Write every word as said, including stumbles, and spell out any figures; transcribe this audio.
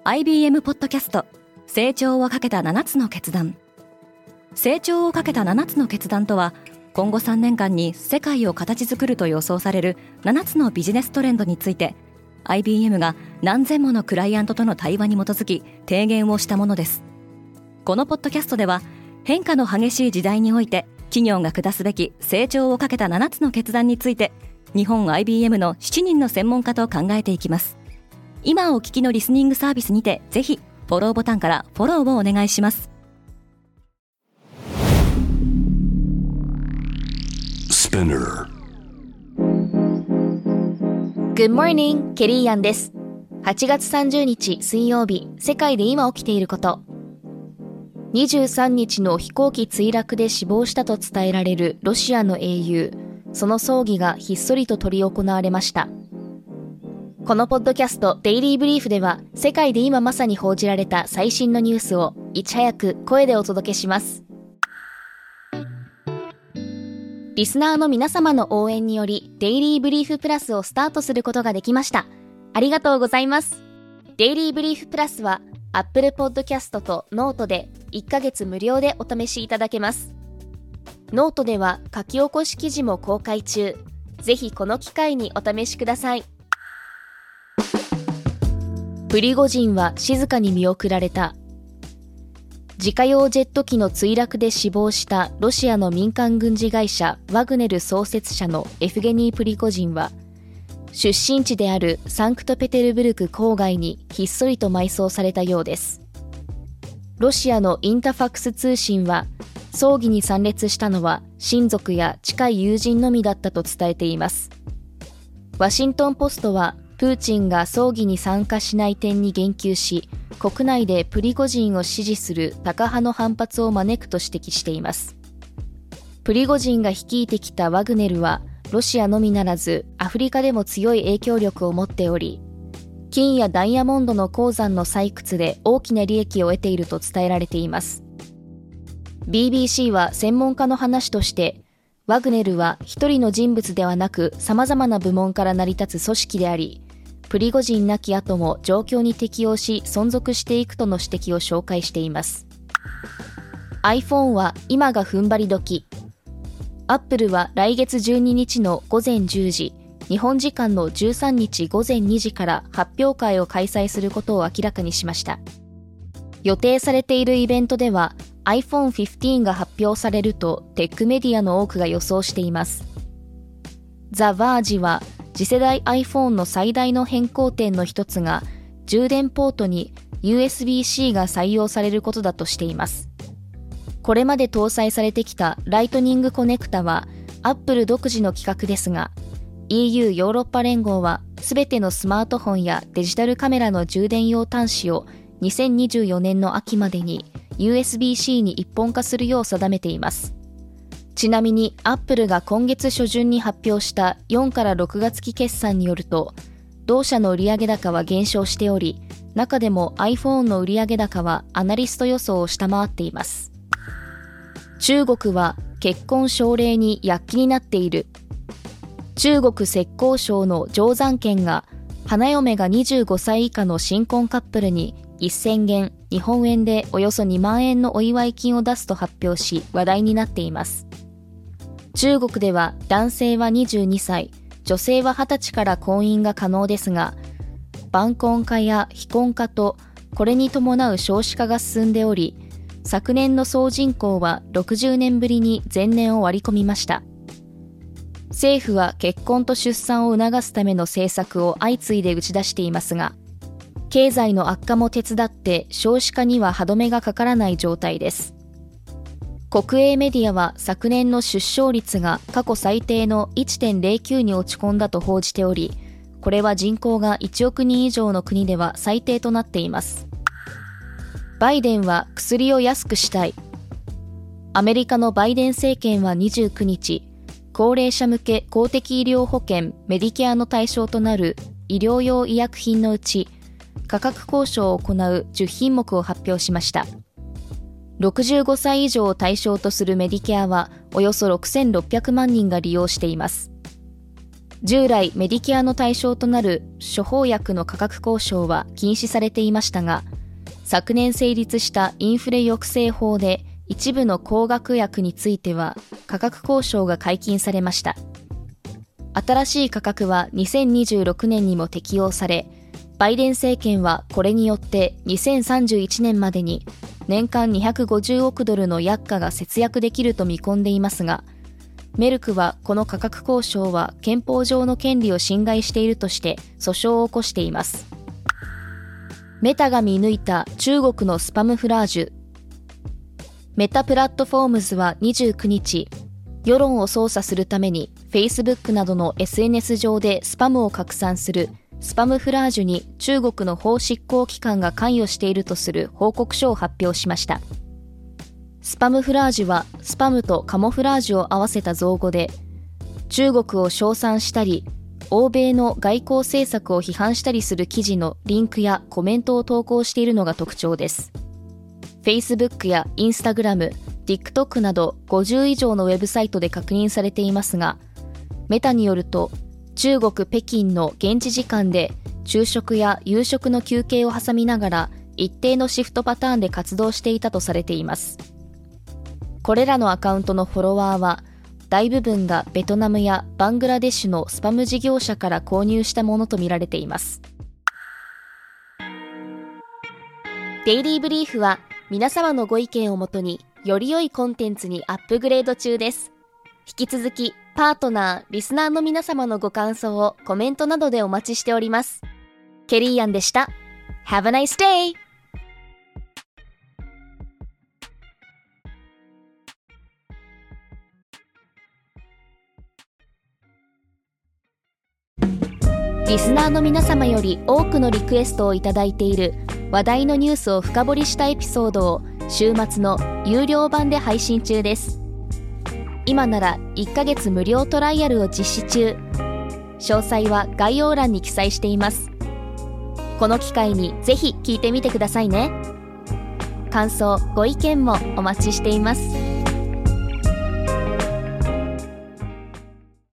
アイビーエム ポッドキャスト成長をかけたななつの決断。成長をかけたななつの決断とは、今後さんねんかんに世界を形作ると予想されるななつのビジネストレンドについて アイビーエム が何千ものクライアントとの対話に基づき提言をしたものです。このポッドキャストでは、変化の激しい時代において企業が下すべき成長をかけたななつの決断について、日本 アイビーエム のしちにんの専門家と考えていきます。今お聞きのリスニングサービスにて、ぜひフォローボタンからフォローをお願いします。 Spinner Good morning, ケリーアンです。はちがつさんじゅうにち水曜日、世界で今起きていること。にじゅうさんにちの飛行機墜落で死亡したと伝えられるロシアの英雄、その葬儀がひっそりと執り行われました。このポッドキャストデイリーブリーフでは、世界で今まさに報じられた最新のニュースをいち早く声でお届けします。リスナーの皆様の応援により、デイリーブリーフプラスをスタートすることができました。ありがとうございます。デイリーブリーフプラスは Apple Podcast と Note でいっかげつ無料でお試しいただけます。ノートでは書き起こし記事も公開中。ぜひこの機会にお試しください。プリゴジンは静かに見送られた。自家用ジェット機の墜落で死亡したロシアの民間軍事会社ワグネル創設者のエフゲニー・プリゴジンは、出身地であるサンクトペテルブルク郊外にひっそりと埋葬されたようです。ロシアのインタファクス通信は、葬儀に参列したのは親族や近い友人のみだったと伝えています。ワシントンポストは、プーチンが葬儀に参加しない点に言及し、国内でプリゴジンを支持するタカ派の反発を招くと指摘しています。プリゴジンが率いてきたワグネルは、ロシアのみならずアフリカでも強い影響力を持っており、金やダイヤモンドの鉱山の採掘で大きな利益を得ていると伝えられています。ビービーシー は専門家の話として、ワグネルは一人の人物ではなく様々な部門から成り立つ組織であり、プリゴジン亡き後も状況に適応し存続していくとの指摘を紹介しています。iPhone は今が踏ん張り時。アップルは来月じゅうににちのごぜんじゅうじ、日本時間のじゅうさんにちごぜんにじから発表会を開催することを明らかにしました。予定されているイベントでは アイフォンじゅうご が発表されるとテックメディアの多くが予想しています。ザ・バージは次世代 iPhone の最大の変更点の一つが、充電ポートに ユーエスビーシー が採用されることだとしています。これまで搭載されてきたライトニングコネクタは Apple 独自の規格ですが、 イーユー ヨーロッパ連合はすべてのスマートフォンやデジタルカメラの充電用端子をにせんにじゅうよねんの秋までに ユーエスビーシー に一本化するよう定めています。ちなみにアップルが今月初旬に発表したよんからろくがつ期決算によると、同社の売上高は減少しており、中でも iPhone の売上高はアナリスト予想を下回っています。中国は結婚奨励に躍起になっている。中国浙江省の定山県が、花嫁がにじゅうごさい以下の新婚カップルにせんげん、日本円でおよそにまんえんのお祝い金を出すと発表し話題になっています。中国では男性はにじゅうにさい、女性ははたちから婚姻が可能ですが、晩婚化や非婚化とこれに伴う少子化が進んでおり、昨年の総人口はろくじゅうねんぶりに前年を割り込みました。政府は結婚と出産を促すための政策を相次いで打ち出していますが、経済の悪化も手伝って少子化には歯止めがかからない状態です。国営メディアは昨年の出生率が過去最低の いってんぜろきゅう に落ち込んだと報じており、これは人口がいちおくにん以上の国では最低となっています。バイデンは薬を安くしたい。アメリカのバイデン政権はにじゅうくにち、高齢者向け公的医療保険メディケアの対象となる医療用医薬品のうち、価格交渉を行うじゅっひんもくを発表しました。ろくじゅうごさい以上を対象とするメディケアはおよそろくせんろっぴゃくまんにんが利用しています。 従来メディケアの対象となる処方薬の価格交渉は禁止されていましたが、昨年成立したインフレ抑制法で一部の高額薬については価格交渉が解禁されました。新しい価格はにせんにじゅうろくねんにも適用され、バイデン政権はこれによってにせんさんじゅういちねんまでに年間にひゃくごじゅうおくドルの薬価が節約できると見込んでいますが、メルクはこの価格交渉は憲法上の権利を侵害しているとして訴訟を起こしています。メタが見抜いた中国のスパムフラージュ。メタプラットフォームズはにじゅうくにち、世論を操作するために Facebook などの エスエヌエス 上でスパムを拡散するスパムフラージュに中国の法執行機関が関与しているとする報告書を発表しました。スパムフラージュはスパムとカモフラージュを合わせた造語で、中国を称賛したり、欧米の外交政策を批判したりする記事のリンクやコメントを投稿しているのが特徴です。Facebook や Instagram、TikTok などごじゅう以上のウェブサイトで確認されていますが、メタによると、中国北京の現地時間で昼食や夕食の休憩を挟みながら一定のシフトパターンで活動していたとされています。これらのアカウントのフォロワーは大部分がベトナムやバングラデシュのスパム事業者から購入したものとみられています。デイリーブリーフは皆様のご意見をもとにより良いコンテンツにアップグレード中です。引き続きパートナー、リスナーの皆様のご感想をコメントなどでお待ちしております。ケリーアンでした。Have a nice day! リスナーの皆様より多くのリクエストをいただいている話題のニュースを深掘りしたエピソードを週末の有料版で配信中です。今ならいっかげつ無料トライアルを実施中。詳細は概要欄に記載しています。この機会にぜひ聞いてみてくださいね。感想、ご意見もお待ちしています。